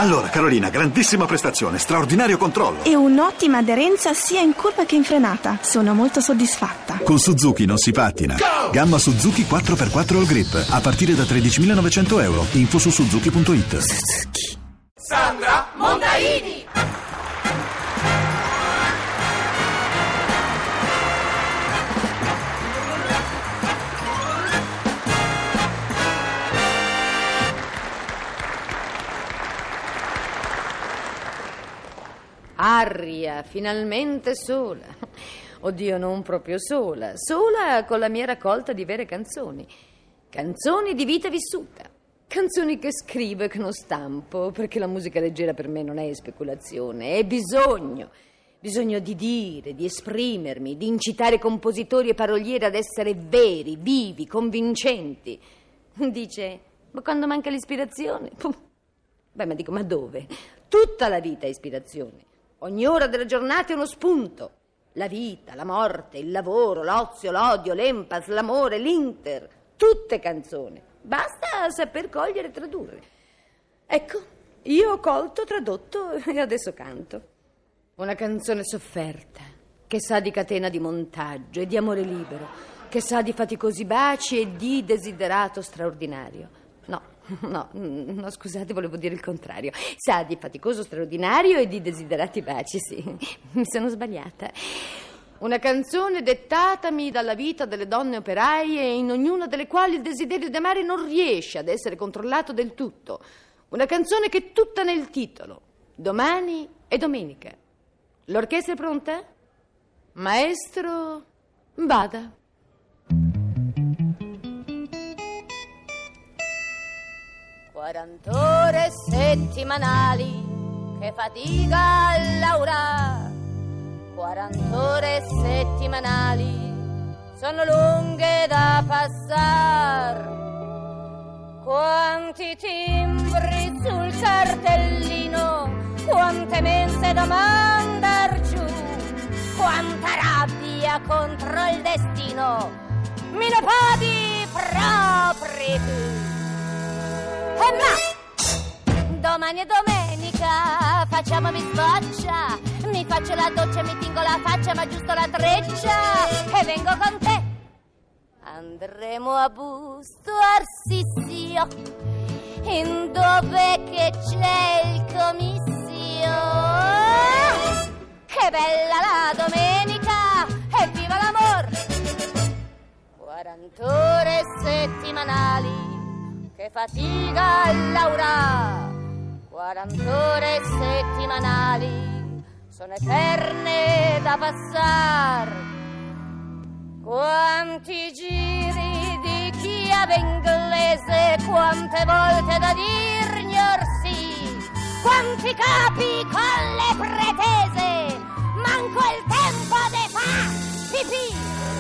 Allora, Carolina, grandissima prestazione, straordinario controllo. E un'ottima aderenza sia in curva che in frenata. Sono molto soddisfatta. Con Suzuki non si pattina. Gamma Suzuki 4x4 All Grip, a partire da 13.900 euro. Info su suzuki.it. Suzuki. Sandra Mondaini. Aria, finalmente sola. Oddio, non proprio sola. Sola con la mia raccolta di vere canzoni. Canzoni di vita vissuta. Canzoni che scrivo e che non stampo, perché la musica leggera per me non è speculazione, è bisogno. Bisogno di dire, di esprimermi, di incitare compositori e parolieri ad essere veri, vivi, convincenti. Dice, ma quando manca l'ispirazione? Beh, ma dico, ma dove? Tutta la vita è ispirazione. Ogni ora della giornata è uno spunto. La vita, la morte, il lavoro, l'ozio, l'odio, l'empas, l'amore, l'inter. Tutte canzoni. Basta saper cogliere e tradurre. Ecco, io ho colto, tradotto e adesso canto. Una canzone sofferta, che sa di catena di montaggio e di amore libero, che sa di faticosi baci e di desiderato straordinario. No, scusate, volevo dire il contrario. Sa di faticoso straordinario e di desiderati baci, sì. Mi sono sbagliata. Una canzone dettatami dalla vita delle donne operaie, in ognuna delle quali il desiderio di amare non riesce ad essere controllato del tutto. Una canzone che è tutta nel titolo. Domani è domenica. L'orchestra è pronta? Maestro, vada. 40 ore settimanali, che fatica a lavorare. 40 ore settimanali sono lunghe da passare. Quanti timbri sul cartellino, quante mense da mandar giù, quanta rabbia contro il destino, mi ne podi proprio tu. Ma domani è domenica, facciamomi sboccia, mi faccio la doccia e mi tingo la faccia, ma giusto la treccia, e vengo con te. Andremo a Busto Arsizio, in dove che c'è il comizio. Che bella la domenica, e viva l'amor. 40 ore settimanali, che fatica a lavorare. 40 ore settimanali sono eterne da passare. Quanti giri di chiave inglese, quante volte da dirgnorsi, quanti capi con le pretese, manco il tempo de fa pipì.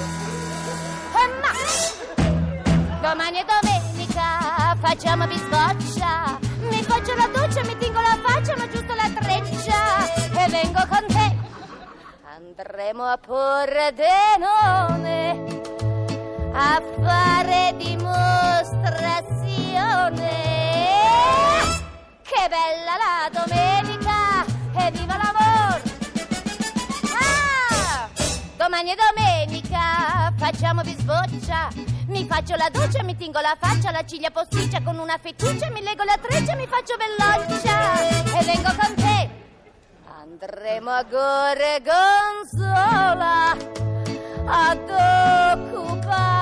Ma domani è domenica, facciamo bisboccia, mi faccio la doccia, mi tingo la faccia, ma giusto la treccia, e vengo con te. Andremo a Pordenone a fare dimostrazione. Che bella la domenica, e viva l'amor. Domani è domenica, facciamo bisboccia, mi faccio la doccia, mi tingo la faccia, la ciglia posticcia con una fettuccia, mi lego la treccia, mi faccio belloccia, e vengo con te. Andremo a Gorgonzola ad occupare